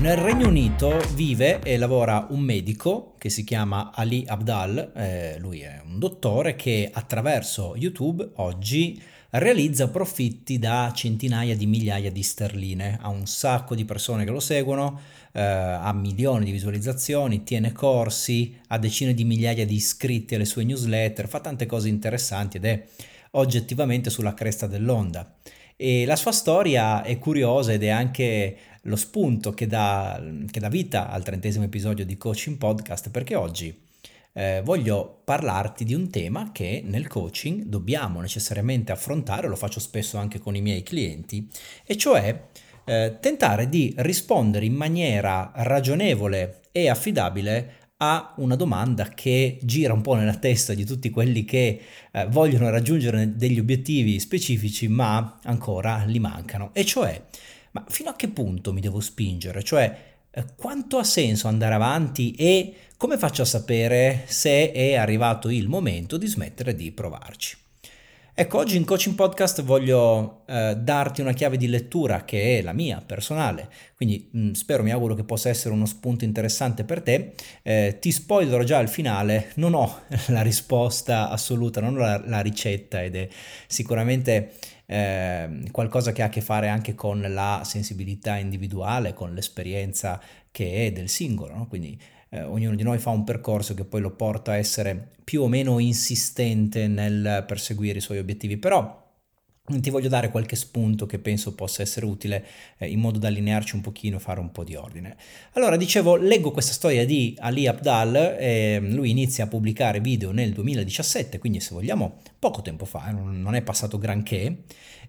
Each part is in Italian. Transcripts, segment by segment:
Nel Regno Unito vive e lavora un medico che si chiama Ali Abdaal, lui è un dottore che attraverso YouTube oggi realizza profitti da centinaia di migliaia di sterline, ha un sacco di persone che lo seguono, ha milioni di visualizzazioni, tiene corsi, ha decine di migliaia di iscritti alle sue newsletter, fa tante cose interessanti ed è oggettivamente sulla cresta dell'onda. E la sua storia è curiosa ed è anche lo spunto che dà vita al 30° episodio di Coaching Podcast, perché oggi voglio parlarti di un tema che nel coaching dobbiamo necessariamente affrontare, lo faccio spesso anche con i miei clienti, e cioè tentare di rispondere in maniera ragionevole e affidabile a una domanda che gira un po' nella testa di tutti quelli che vogliono raggiungere degli obiettivi specifici ma ancora li mancano, e cioè: ma fino a che punto mi devo spingere? Cioè, quanto ha senso andare avanti e come faccio a sapere se è arrivato il momento di smettere di provarci? Ecco, oggi in Coaching Podcast voglio darti una chiave di lettura che è la mia personale, quindi spero, mi auguro che possa essere uno spunto interessante per te. Ti spoilerò già al finale, non ho la risposta assoluta, non ho la ricetta, ed è sicuramente qualcosa che ha a che fare anche con la sensibilità individuale, con l'esperienza che è del singolo, no? Quindi ognuno di noi fa un percorso che poi lo porta a essere più o meno insistente nel perseguire i suoi obiettivi, però ti voglio dare qualche spunto che penso possa essere utile in modo da allinearci un pochino, fare un po' di ordine. Allora, dicevo, leggo questa storia di Ali Abdaal, lui inizia a pubblicare video nel 2017, quindi se vogliamo poco tempo fa, non è passato granché,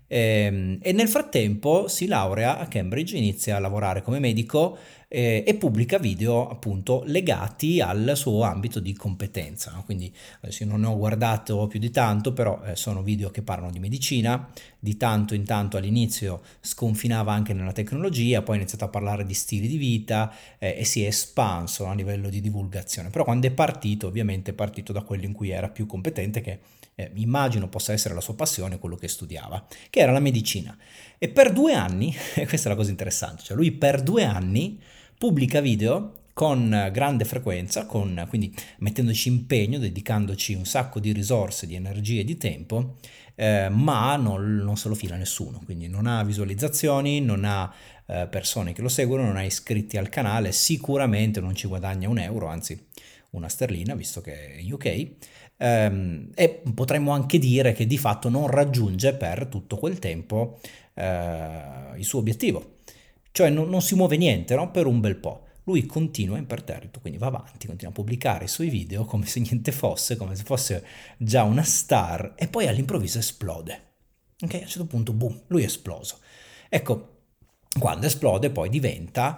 e nel frattempo si laurea a Cambridge, inizia a lavorare come medico e pubblica video appunto legati al suo ambito di competenza, no? Quindi adesso io non ne ho guardato più di tanto, però sono video che parlano di medicina, di tanto in tanto all'inizio sconfinava anche nella tecnologia, poi ha iniziato a parlare di stili di vita e si è espanso a livello di divulgazione, però quando è partito ovviamente è partito da quello in cui era più competente, che immagino possa essere la sua passione, quello che studiava, che era la medicina. E per 2 anni, e questa è la cosa interessante, cioè lui per 2 anni pubblica video con grande frequenza, quindi mettendoci impegno, dedicandoci un sacco di risorse, di energie e di tempo, ma non se lo fila nessuno, quindi non ha visualizzazioni, non ha persone che lo seguono, non ha iscritti al canale, sicuramente non ci guadagna un euro, anzi una sterlina, visto che è in UK, e potremmo anche dire che di fatto non raggiunge per tutto quel tempo il suo obiettivo, cioè non si muove niente, no? Per un bel po'. Lui continua imperterrito, quindi va avanti, continua a pubblicare i suoi video come se niente fosse, come se fosse già una star, e poi all'improvviso esplode. Ok, a un certo punto, boom, lui è esploso. Ecco, quando esplode poi diventa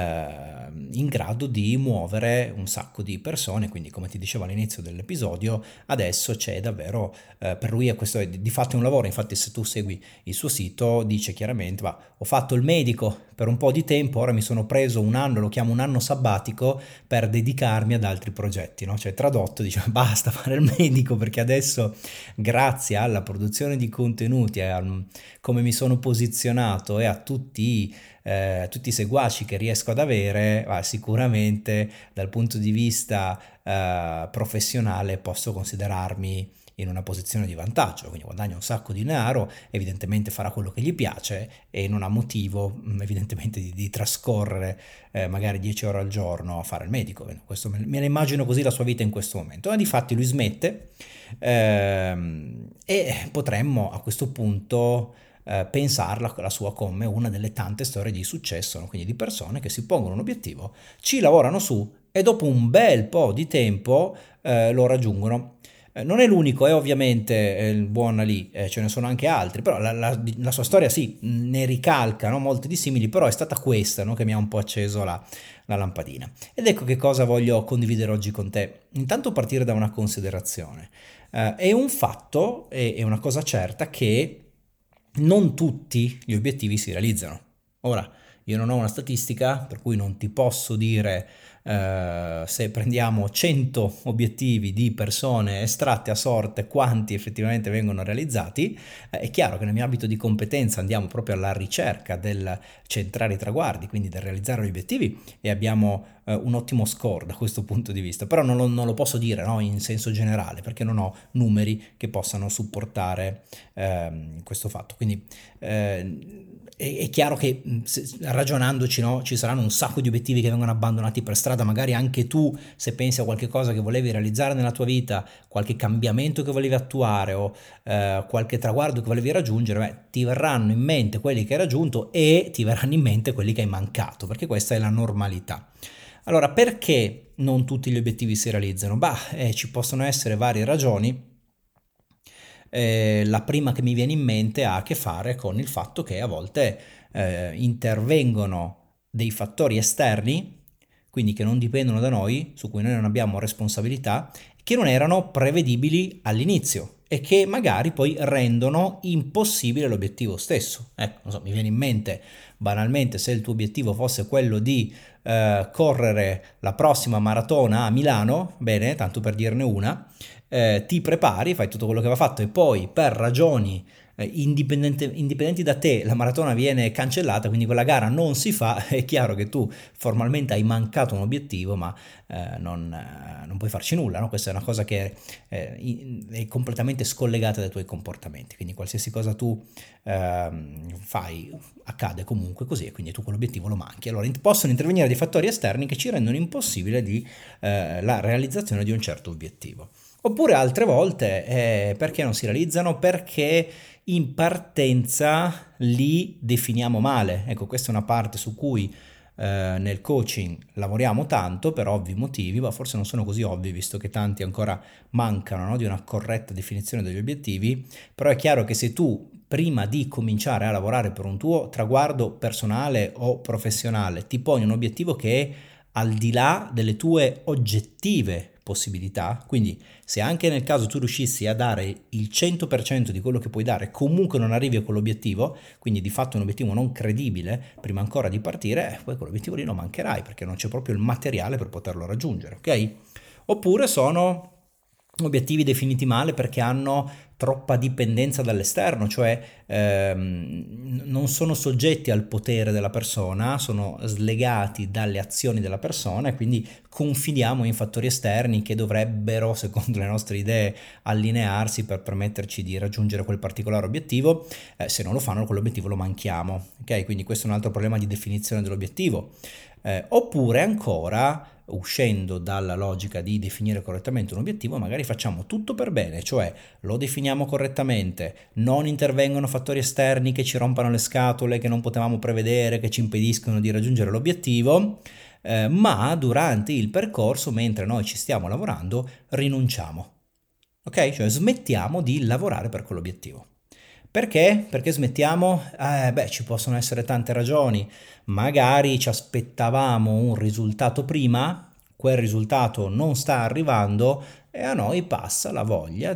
in grado di muovere un sacco di persone, quindi come ti dicevo all'inizio dell'episodio, adesso c'è davvero, per lui questo è di fatto un lavoro. Infatti se tu segui il suo sito dice chiaramente: ho fatto il medico per un po' di tempo, ora mi sono preso un anno, lo chiamo un anno sabbatico, per dedicarmi ad altri progetti, no? Cioè tradotto dice: basta fare il medico, perché adesso, grazie alla produzione di contenuti, come mi sono posizionato e a tutti i seguaci che riesco ad avere, sicuramente dal punto di vista professionale posso considerarmi in una posizione di vantaggio, quindi guadagna un sacco di denaro, evidentemente farà quello che gli piace e non ha motivo evidentemente di trascorrere magari 10 ore al giorno a fare il medico. Questo me la immagino così la sua vita in questo momento. Ma di fatti lui smette, e potremmo a questo punto pensarla la sua come una delle tante storie di successo, no? Quindi di persone che si pongono un obiettivo, ci lavorano su e dopo un bel po' di tempo lo raggiungono. Non è l'unico, è ovviamente il buon Ali, ce ne sono anche altri, però la sua storia sì, ne ricalca, no? Molte di simili, però è stata questa, no? Che mi ha un po' acceso la lampadina. Ed ecco che cosa voglio condividere oggi con te. Intanto partire da una considerazione. È un fatto, è una cosa certa, che non tutti gli obiettivi si realizzano. Ora, io non ho una statistica, per cui non ti posso dire Se prendiamo 100 obiettivi di persone estratte a sorte, quanti effettivamente vengono realizzati, è chiaro che nel mio ambito di competenza andiamo proprio alla ricerca del centrare i traguardi, quindi del realizzare gli obiettivi, e abbiamo un ottimo score da questo punto di vista, però non lo posso dire, no, in senso generale, perché non ho numeri che possano supportare questo fatto. Quindi è chiaro che ragionandoci, no, ci saranno un sacco di obiettivi che vengono abbandonati per strada. Magari anche tu, se pensi a qualche cosa che volevi realizzare nella tua vita, qualche cambiamento che volevi attuare o qualche traguardo che volevi raggiungere, ti verranno in mente quelli che hai raggiunto e ti verranno in mente quelli che hai mancato, perché questa è la normalità. Allora, perché non tutti gli obiettivi si realizzano? Ci possono essere varie ragioni. La prima che mi viene in mente ha a che fare con il fatto che a volte intervengono dei fattori esterni, quindi che non dipendono da noi, su cui noi non abbiamo responsabilità, che non erano prevedibili all'inizio e che magari poi rendono impossibile l'obiettivo stesso. Ecco, non so, mi viene in mente banalmente, se il tuo obiettivo fosse quello di correre la prossima maratona a Milano, bene, tanto per dirne una, ti prepari, fai tutto quello che va fatto e poi per ragioni indipendenti da te la maratona viene cancellata, quindi quella gara non si fa. È chiaro che tu formalmente hai mancato un obiettivo, ma non puoi farci nulla, no? Questa è una cosa che è completamente scollegata dai tuoi comportamenti, quindi qualsiasi cosa tu fai accade comunque così e quindi tu quell'obiettivo lo manchi. Allora possono intervenire dei fattori esterni che ci rendono impossibile la realizzazione di un certo obiettivo. Oppure altre volte perché non si realizzano? Perché in partenza li definiamo male. Ecco, questa è una parte su cui nel coaching lavoriamo tanto per ovvi motivi, ma forse non sono così ovvi visto che tanti ancora mancano, no, di una corretta definizione degli obiettivi. Però è chiaro che se tu prima di cominciare a lavorare per un tuo traguardo personale o professionale ti poni un obiettivo che è al di là delle tue oggettive possibilità, quindi se anche nel caso tu riuscissi a dare il 100% di quello che puoi dare, comunque non arrivi a quell'obiettivo, quindi di fatto un obiettivo non credibile prima ancora di partire, poi quell'obiettivo lì lo mancherai perché non c'è proprio il materiale per poterlo raggiungere, ok? Oppure sono obiettivi definiti male perché hanno troppa dipendenza dall'esterno, cioè non sono soggetti al potere della persona, sono slegati dalle azioni della persona e quindi confidiamo in fattori esterni che dovrebbero, secondo le nostre idee, allinearsi per permetterci di raggiungere quel particolare obiettivo. Se non lo fanno, quell'obiettivo lo manchiamo, ok? Quindi questo è un altro problema di definizione dell'obiettivo. Oppure ancora, uscendo dalla logica di definire correttamente un obiettivo, magari facciamo tutto per bene, cioè lo definiamo correttamente, non intervengono fattori esterni che ci rompano le scatole, che non potevamo prevedere, che ci impediscono di raggiungere l'obiettivo, ma durante il percorso, mentre noi ci stiamo lavorando, rinunciamo, ok? Cioè smettiamo di lavorare per quell'obiettivo. Perché? Perché smettiamo? Ci possono essere tante ragioni. Magari ci aspettavamo un risultato prima, quel risultato non sta arrivando e a noi passa la voglia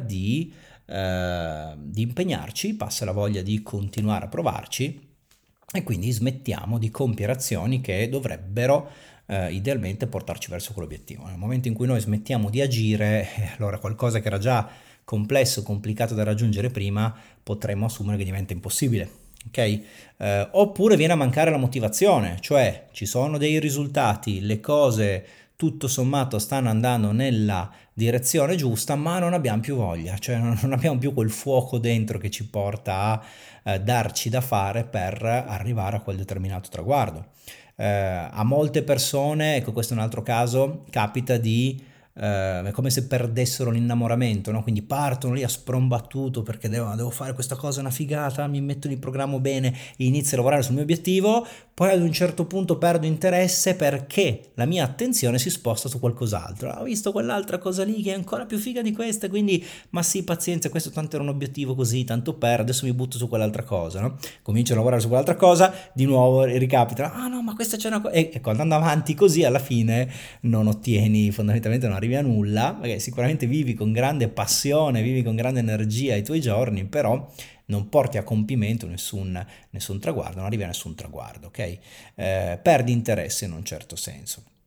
di impegnarci, passa la voglia di continuare a provarci e quindi smettiamo di compiere azioni che dovrebbero idealmente portarci verso quell'obiettivo. Nel momento in cui noi smettiamo di agire, allora qualcosa che era già complesso, complicato da raggiungere prima, potremmo assumere che diventa impossibile. Ok? Oppure viene a mancare la motivazione, cioè ci sono dei risultati, le cose tutto sommato stanno andando nella direzione giusta, ma non abbiamo più voglia, cioè non abbiamo più quel fuoco dentro che ci porta a darci da fare per arrivare a quel determinato traguardo. A molte persone, ecco questo è un altro caso, capita è come se perdessero l'innamoramento, no? Quindi partono lì a sprombattuto perché devo fare questa cosa, una figata, mi metto in programma bene, inizio a lavorare sul mio obiettivo, poi ad un certo punto perdo interesse perché la mia attenzione si sposta su qualcos'altro. Ho visto quell'altra cosa lì che è ancora più figa di questa, quindi ma sì, pazienza, questo tanto era un obiettivo così, tanto per, adesso mi butto su quell'altra cosa, no? Comincio a lavorare su quell'altra cosa, di nuovo ricapita, ah no, ma questa c'è una cosa, e andando avanti così alla fine non ottieni, fondamentalmente non arrivi a nulla, perché sicuramente vivi con grande passione, vivi con grande energia i tuoi giorni, però non porti a compimento nessun traguardo, non arrivi a nessun traguardo, ok? Perdi interesse in un certo senso.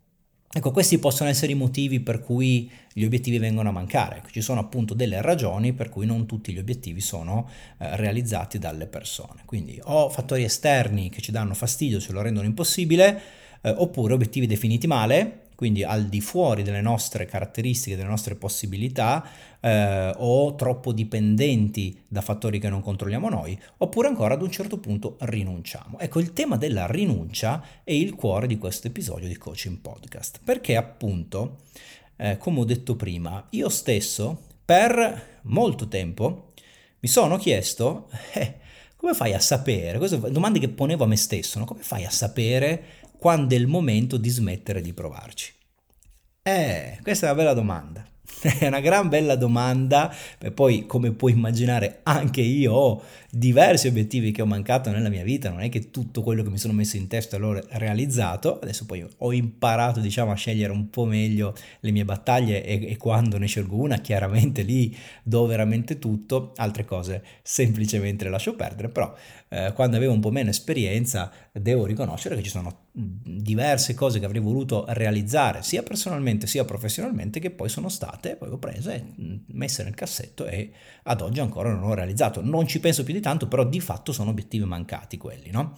Ecco, questi possono essere i motivi per cui gli obiettivi vengono a mancare. Ci sono appunto delle ragioni per cui non tutti gli obiettivi sono realizzati dalle persone. Quindi o fattori esterni che ci danno fastidio, ce lo rendono impossibile, oppure obiettivi definiti male, quindi al di fuori delle nostre caratteristiche, delle nostre possibilità, o troppo dipendenti da fattori che non controlliamo noi, oppure ancora ad un certo punto rinunciamo. Ecco, il tema della rinuncia è il cuore di questo episodio di Coaching Podcast, perché appunto, come ho detto prima, io stesso per molto tempo mi sono chiesto, come fai a sapere, queste sono domande che ponevo a me stesso, no? Come fai a sapere quando è il momento di smettere di provarci? Questa è una bella domanda. È una gran bella domanda, e poi come puoi immaginare anche io ho diversi obiettivi che ho mancato nella mia vita, non è che tutto quello che mi sono messo in testa l'ho realizzato, adesso poi ho imparato diciamo a scegliere un po' meglio le mie battaglie e quando ne scelgo una chiaramente lì do veramente tutto, altre cose semplicemente le lascio perdere, però quando avevo un po' meno esperienza devo riconoscere che ci sono diverse cose che avrei voluto realizzare sia personalmente sia professionalmente che poi sono state, poi ho prese e messe nel cassetto e ad oggi ancora non ho realizzato. Non ci penso più di tanto, però di fatto sono obiettivi mancati quelli, no?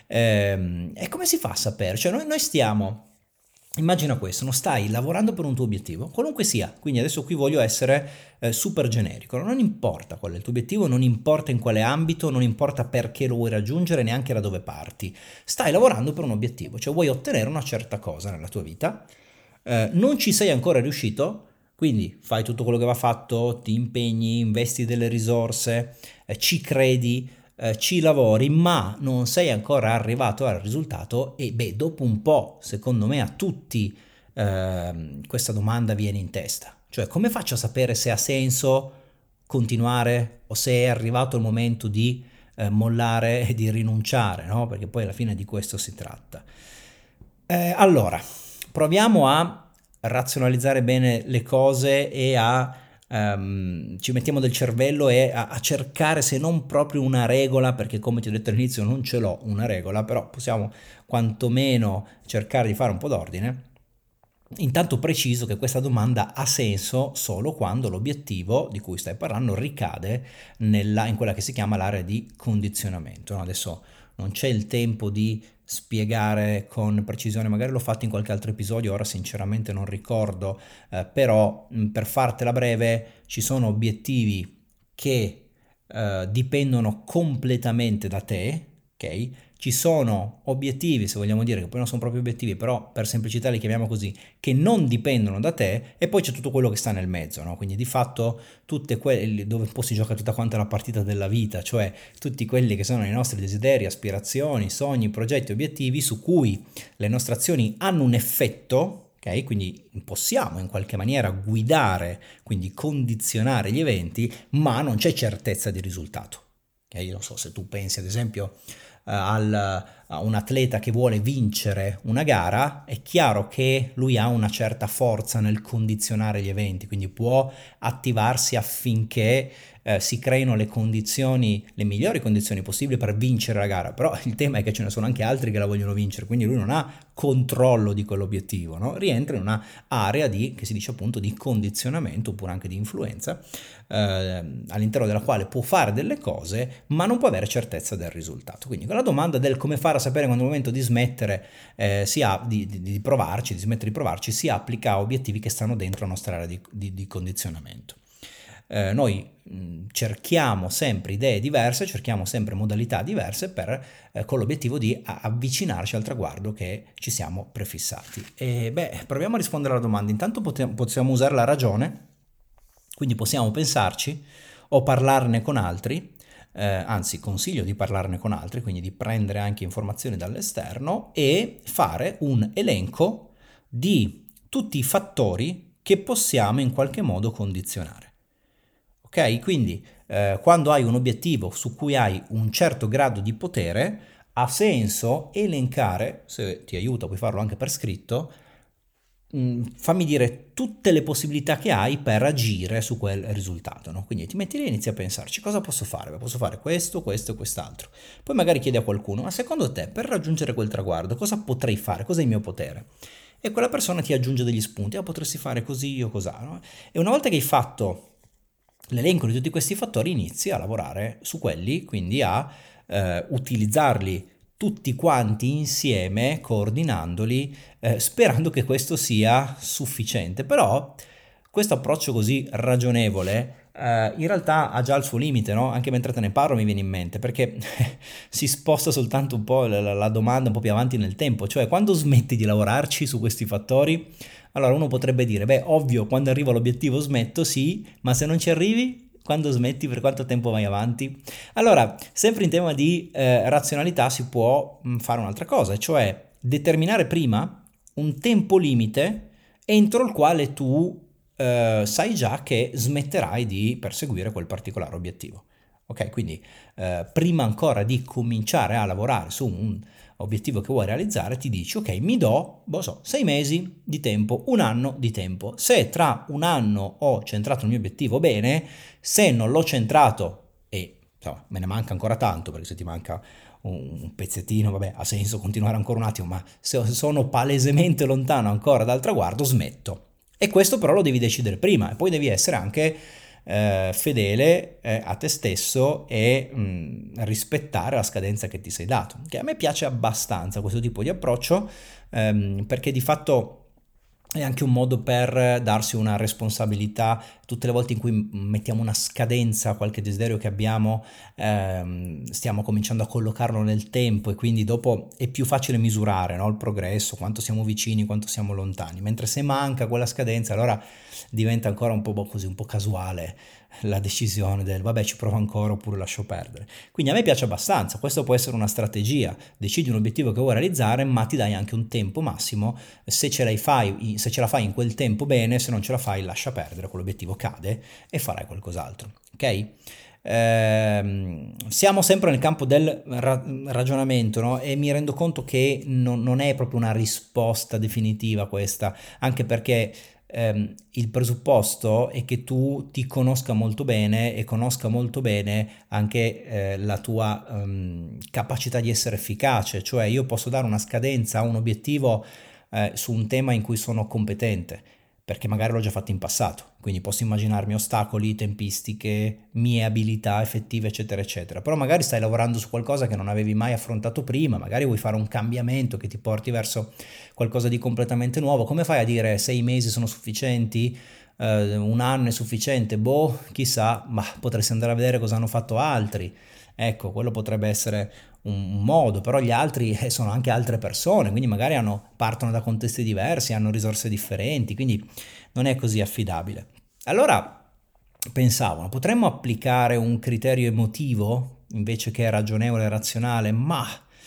E come si fa a sapere? Cioè noi stiamo... Immagina questo, non stai lavorando per un tuo obiettivo, qualunque sia, quindi adesso qui voglio essere super generico, non importa qual è il tuo obiettivo, non importa in quale ambito, non importa perché lo vuoi raggiungere, neanche da dove parti, stai lavorando per un obiettivo, cioè vuoi ottenere una certa cosa nella tua vita, non ci sei ancora riuscito, quindi fai tutto quello che va fatto, ti impegni, investi delle risorse, ci credi, ci lavori, ma non sei ancora arrivato al risultato e beh, dopo un po', secondo me, a tutti questa domanda viene in testa. Cioè, come faccio a sapere se ha senso continuare o se è arrivato il momento di mollare e di rinunciare, no? Perché poi alla fine di questo si tratta. Allora, proviamo a razionalizzare bene le cose e ci mettiamo del cervello e a cercare se non proprio una regola, perché come ti ho detto all'inizio non ce l'ho una regola, però possiamo quantomeno cercare di fare un po' d'ordine. Intanto preciso che questa domanda ha senso solo quando l'obiettivo di cui stai parlando ricade in quella che si chiama l'area di condizionamento. No? Adesso non c'è il tempo di spiegare con precisione, magari l'ho fatto in qualche altro episodio, ora sinceramente non ricordo, però per fartela breve ci sono obiettivi che dipendono completamente da te, ok? Ci sono obiettivi, se vogliamo dire, che poi non sono proprio obiettivi, però per semplicità li chiamiamo così, che non dipendono da te e poi c'è tutto quello che sta nel mezzo, no? Quindi di fatto tutte quelle dove poi si gioca tutta quanta la partita della vita, cioè tutti quelli che sono i nostri desideri, aspirazioni, sogni, progetti, obiettivi su cui le nostre azioni hanno un effetto, ok? Quindi possiamo in qualche maniera guidare, quindi condizionare gli eventi, ma non c'è certezza di risultato. Ok? Io non so se tu pensi ad esempio a un atleta che vuole vincere una gara, è chiaro che lui ha una certa forza nel condizionare gli eventi, quindi può attivarsi affinché si creino le condizioni, le migliori condizioni possibili per vincere la gara, però il tema è che ce ne sono anche altri che la vogliono vincere, quindi lui non ha controllo di quell'obiettivo, no? Rientra in una area che si dice appunto di condizionamento oppure anche di influenza, all'interno della quale può fare delle cose ma non può avere certezza del risultato. Quindi con la domanda del come fare a sapere quando è il momento di smettere di provarci, di smettere di provarci, si applica a obiettivi che stanno dentro la nostra area di condizionamento. Noi cerchiamo sempre idee diverse, cerchiamo sempre modalità diverse con l'obiettivo di avvicinarci al traguardo che ci siamo prefissati. E beh, proviamo a rispondere alla domanda. Intanto possiamo usare la ragione, quindi possiamo pensarci o parlarne con altri, anzi consiglio di parlarne con altri, quindi di prendere anche informazioni dall'esterno e fare un elenco di tutti i fattori che possiamo in qualche modo condizionare. Ok? Quindi quando hai un obiettivo su cui hai un certo grado di potere, ha senso elencare, se ti aiuta puoi farlo anche per scritto, fammi dire tutte le possibilità che hai per agire su quel risultato, no? Quindi ti metti lì e inizi a pensarci cosa posso fare? Posso fare questo, questo e quest'altro. Poi magari chiedi a qualcuno, ma secondo te per raggiungere quel traguardo cosa potrei fare? Cos'è il mio potere? e quella persona ti aggiunge degli spunti, potresti fare così o cos'ha, no? E una volta che hai fatto l'elenco di tutti questi fattori, inizi a lavorare su quelli, quindi a utilizzarli tutti quanti insieme, coordinandoli, sperando che questo sia sufficiente. Però questo approccio così ragionevole in realtà ha già il suo limite, no? Anche mentre te ne parlo mi viene in mente, perché si sposta soltanto un po' la domanda un po' più avanti nel tempo, cioè quando smetti di lavorarci su questi fattori, allora uno potrebbe dire, beh, ovvio, quando arrivo all'obiettivo smetto, sì, ma se non ci arrivi, quando smetti, per quanto tempo vai avanti? Allora, sempre in tema di razionalità si può fare un'altra cosa, cioè determinare prima un tempo limite entro il quale tu sai già che smetterai di perseguire quel particolare obiettivo. Ok, quindi prima ancora di cominciare a lavorare su un obiettivo che vuoi realizzare, ti dici ok, mi do, 6 mesi di tempo, un anno di tempo. Se tra un anno ho centrato il mio obiettivo bene, se non l'ho centrato e insomma, me ne manca ancora tanto, perché se ti manca un pezzettino, vabbè, ha senso continuare ancora un attimo, ma se sono palesemente lontano ancora dal traguardo, smetto. E questo però lo devi decidere prima e poi devi essere anche fedele a te stesso e rispettare la scadenza che ti sei dato. Che a me piace abbastanza questo tipo di approccio perché di fatto è anche un modo per darsi una responsabilità tutte le volte in cui mettiamo una scadenza a qualche desiderio che abbiamo, stiamo cominciando a collocarlo nel tempo e quindi dopo è più facile misurare, no, il progresso, quanto siamo vicini, quanto siamo lontani, mentre se manca quella scadenza allora diventa ancora un po' così, un po' casuale la decisione del vabbè ci provo ancora oppure lascio perdere. Quindi a me piace abbastanza, questo può essere una strategia, decidi un obiettivo che vuoi realizzare ma ti dai anche un tempo massimo, se ce la fai in quel tempo bene, se non ce la fai lascia perdere, quell'obiettivo cade e farai qualcos'altro, ok? Siamo sempre nel campo del ragionamento, no? E mi rendo conto che non è proprio una risposta definitiva questa, anche perché il presupposto è che tu ti conosca molto bene e conosca molto bene anche la tua capacità di essere efficace, cioè io posso dare una scadenza a un obiettivo su un tema in cui sono competente, perché magari l'ho già fatto in passato, quindi posso immaginarmi ostacoli, tempistiche, mie abilità effettive, eccetera, eccetera. Però magari stai lavorando su qualcosa che non avevi mai affrontato prima, magari vuoi fare un cambiamento che ti porti verso qualcosa di completamente nuovo. Come fai a dire 6 mesi sono sufficienti? Un anno è sufficiente? Boh, chissà, ma potresti andare a vedere cosa hanno fatto altri. Ecco, quello potrebbe essere un modo, però gli altri sono anche altre persone, quindi magari partono da contesti diversi, hanno risorse differenti, quindi non è così affidabile. Allora pensavo, potremmo applicare un criterio emotivo invece che ragionevole e razionale, ma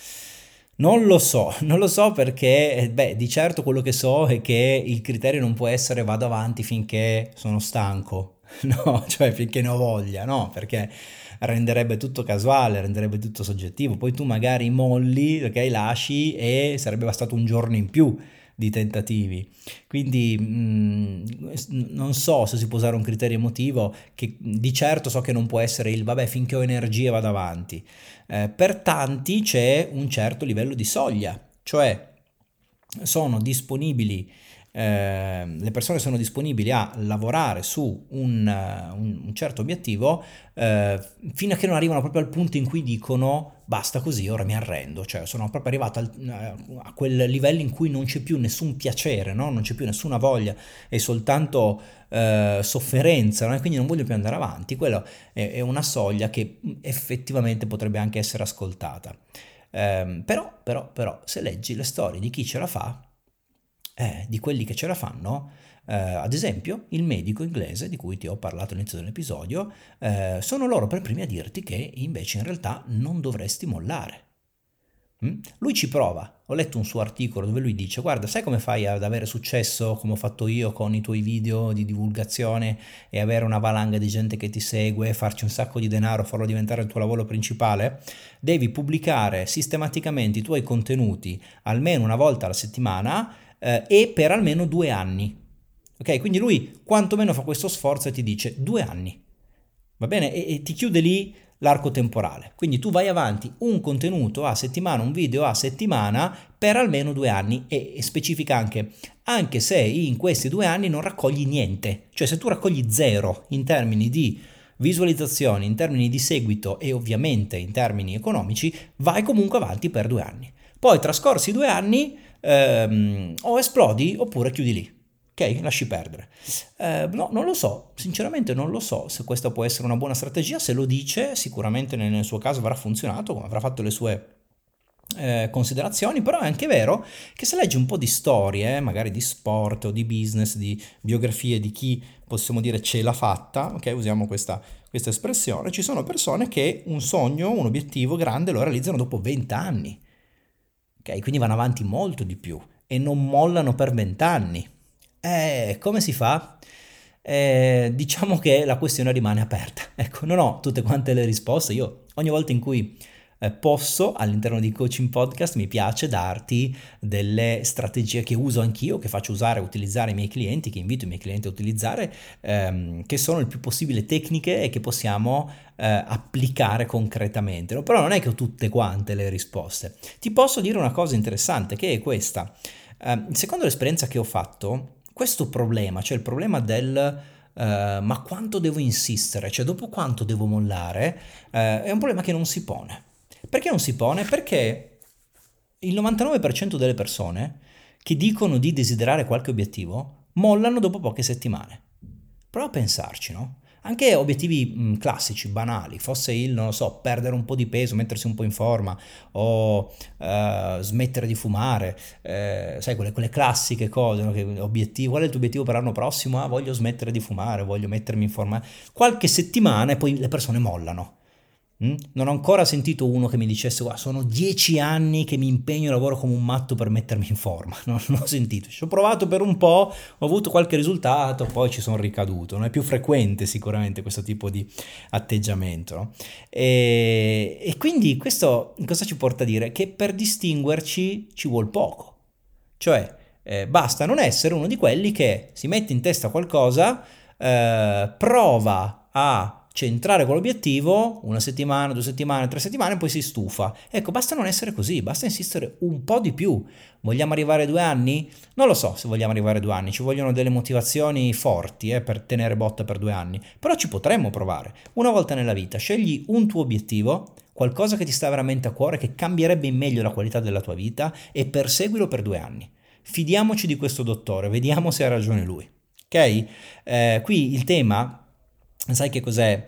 non lo so perché, beh, di certo quello che so è che il criterio non può essere vado avanti finché sono stanco, no, cioè finché ne ho voglia, no, perché renderebbe tutto casuale, renderebbe tutto soggettivo, poi tu magari molli, ok, lasci e sarebbe bastato un giorno in più di tentativi. Quindi non so se si può usare un criterio emotivo che di certo so che non può essere il vabbè finché ho energie vado avanti. Per tanti c'è un certo livello di soglia, cioè sono disponibili le persone sono disponibili a lavorare su un certo obiettivo fino a che non arrivano proprio al punto in cui dicono basta così, ora mi arrendo, cioè sono proprio arrivato a quel livello in cui non c'è più nessun piacere, no? Non c'è più nessuna voglia, è soltanto sofferenza, no? E quindi non voglio più andare avanti. Quello è una soglia che effettivamente potrebbe anche essere ascoltata. Però, se leggi le storie di chi ce la fa, di quelli che ce la fanno, ad esempio il medico inglese di cui ti ho parlato all'inizio dell'episodio, sono loro per primi a dirti che invece in realtà non dovresti mollare. Lui ci prova. Ho letto un suo articolo dove lui dice guarda, sai come fai ad avere successo come ho fatto io con i tuoi video di divulgazione e avere una valanga di gente che ti segue, farci un sacco di denaro, farlo diventare il tuo lavoro principale? Devi pubblicare sistematicamente i tuoi contenuti almeno una volta alla settimana e per almeno 2 anni. Ok, quindi lui quantomeno fa questo sforzo e ti dice 2 anni. va bene? E ti chiude lì l'arco temporale. Quindi tu vai avanti un contenuto a settimana, un video a settimana per almeno 2 anni e specifica anche se in questi 2 anni non raccogli niente, cioè se tu raccogli zero in termini di visualizzazioni, in termini di seguito e ovviamente in termini economici, vai comunque avanti per 2 anni. Poi trascorsi i 2 anni o esplodi oppure chiudi lì. Ok, lasci perdere. No, non lo so, sinceramente non lo so se questa può essere una buona strategia, se lo dice sicuramente nel suo caso avrà funzionato, avrà fatto le sue considerazioni, però è anche vero che se leggi un po' di storie, magari di sport o di business, di biografie di chi possiamo dire ce l'ha fatta, ok, usiamo questa espressione, ci sono persone che un sogno, un obiettivo grande lo realizzano dopo 20 anni, ok, quindi vanno avanti molto di più e non mollano per 20 anni. Come si fa? Diciamo che la questione rimane aperta. Ecco, non ho tutte quante le risposte. Io ogni volta in cui posso all'interno di Coaching Podcast mi piace darti delle strategie che uso anch'io, che faccio usare e utilizzare ai miei clienti, che invito i miei clienti a utilizzare, che sono il più possibile tecniche e che possiamo applicare concretamente. Però non è che ho tutte quante le risposte. Ti posso dire una cosa interessante, che è questa. Secondo l'esperienza che ho fatto, questo problema, cioè il problema del ma quanto devo insistere, cioè dopo quanto devo mollare, è un problema che non si pone. Perché non si pone? Perché il 99% delle persone che dicono di desiderare qualche obiettivo mollano dopo poche settimane. Prova a pensarci, no? Anche obiettivi classici, banali, fosse non lo so, perdere un po' di peso, mettersi un po' in forma o smettere di fumare, sai, quelle classiche cose, no? Qual è il tuo obiettivo per l'anno prossimo? Ah, voglio smettere di fumare, voglio mettermi in forma. Qualche settimana e poi le persone mollano. Non ho ancora sentito uno che mi dicesse: "Guarda, sono 10 anni che mi impegno e lavoro come un matto per mettermi in forma." Non ho sentito. Ci ho provato per un po', ho avuto qualche risultato, poi ci sono ricaduto. Non è più frequente sicuramente questo tipo di atteggiamento, no? E quindi questo cosa ci porta a dire? Che per distinguerci ci vuol poco. Cioè, basta non essere uno di quelli che si mette in testa qualcosa, prova a centrare quell'obiettivo una settimana, 2 settimane, 3 settimane, e poi si stufa. Ecco, basta non essere così, basta insistere un po' di più. Vogliamo arrivare a 2 anni? Non lo so se vogliamo arrivare a 2 anni, ci vogliono delle motivazioni forti per tenere botta per 2 anni, però ci potremmo provare. Una volta nella vita, scegli un tuo obiettivo, qualcosa che ti sta veramente a cuore, che cambierebbe in meglio la qualità della tua vita e perseguilo per 2 anni. Fidiamoci di questo dottore, vediamo se ha ragione lui. Ok? Qui il tema, sai che cos'è?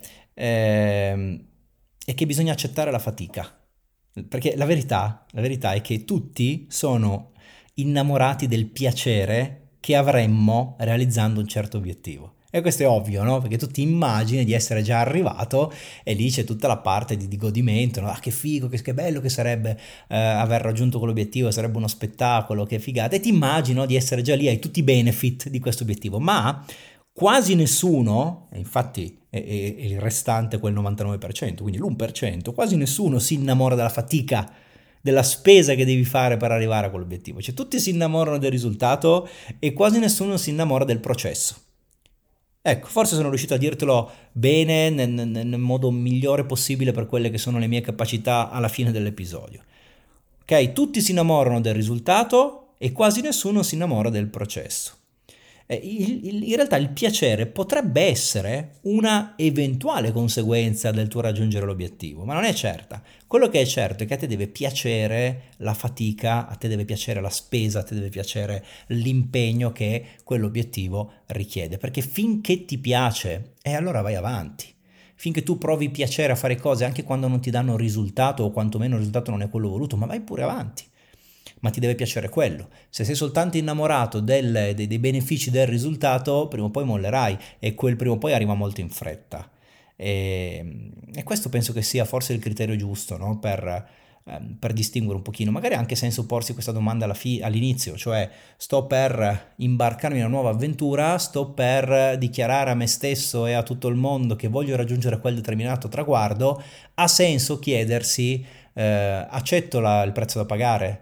È che bisogna accettare la fatica. Perché la verità è che tutti sono innamorati del piacere che avremmo realizzando un certo obiettivo. E questo è ovvio, no? Perché tu ti immagini di essere già arrivato e lì c'è tutta la parte di godimento, no? Ah, che figo, che bello che sarebbe aver raggiunto quell'obiettivo, sarebbe uno spettacolo, che figata. E ti immagino di essere già lì, hai tutti i benefit di questo obiettivo, ma quasi nessuno, e infatti è il restante quel 99%, quindi l'1%, quasi nessuno si innamora della fatica, della spesa che devi fare per arrivare a quell'obiettivo. Cioè tutti si innamorano del risultato e quasi nessuno si innamora del processo. Ecco, forse sono riuscito a dirtelo bene, nel modo migliore possibile per quelle che sono le mie capacità alla fine dell'episodio. Ok? Tutti si innamorano del risultato e quasi nessuno si innamora del processo. In realtà il piacere potrebbe essere una eventuale conseguenza del tuo raggiungere l'obiettivo, ma non è certa. Quello che è certo è che a te deve piacere la fatica, a te deve piacere la spesa, a te deve piacere l'impegno che quell'obiettivo richiede, perché finché ti piace, e allora vai avanti. Finché tu provi piacere a fare cose anche quando non ti danno risultato o quantomeno il risultato non è quello voluto, ma vai pure avanti. Ma ti deve piacere quello. Se sei soltanto innamorato dei benefici del risultato, prima o poi mollerai e quel prima o poi arriva molto in fretta. E questo penso che sia forse il criterio giusto, no? Per distinguere un pochino, magari anche senza porsi questa domanda all'inizio, cioè sto per imbarcarmi in una nuova avventura, sto per dichiarare a me stesso e a tutto il mondo che voglio raggiungere quel determinato traguardo, ha senso chiedersi, accetto il prezzo da pagare?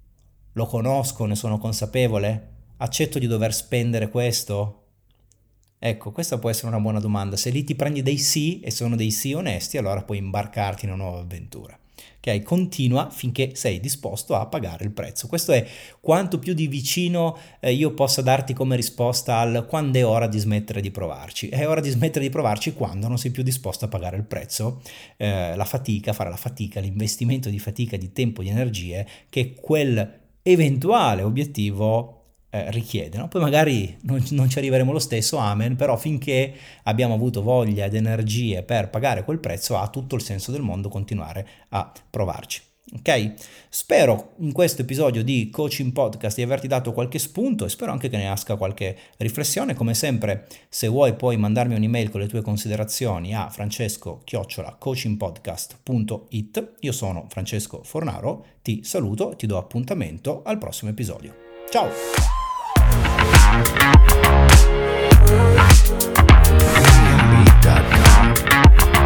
Lo conosco, ne sono consapevole? Accetto di dover spendere questo? Ecco, questa può essere una buona domanda. Se lì ti prendi dei sì e sono dei sì onesti, allora puoi imbarcarti in una nuova avventura. Ok? Continua finché sei disposto a pagare il prezzo. Questo è quanto più di vicino io possa darti come risposta al quando è ora di smettere di provarci. È ora di smettere di provarci quando non sei più disposto a pagare il prezzo, la fatica, fare la fatica, l'investimento di fatica, di tempo, di energie che quel eventuale obiettivo richiede, no? Poi magari non ci arriveremo lo stesso, amen, però finché abbiamo avuto voglia ed energie per pagare quel prezzo ha tutto il senso del mondo continuare a provarci. Ok? Spero in questo episodio di Coaching Podcast di averti dato qualche spunto e spero anche che ne nasca qualche riflessione. Come sempre, se vuoi puoi mandarmi un'email con le tue considerazioni a francesco@coachingpodcast.it. Io sono Francesco Fornaro, ti saluto, ti do appuntamento al prossimo episodio. Ciao! Beat.com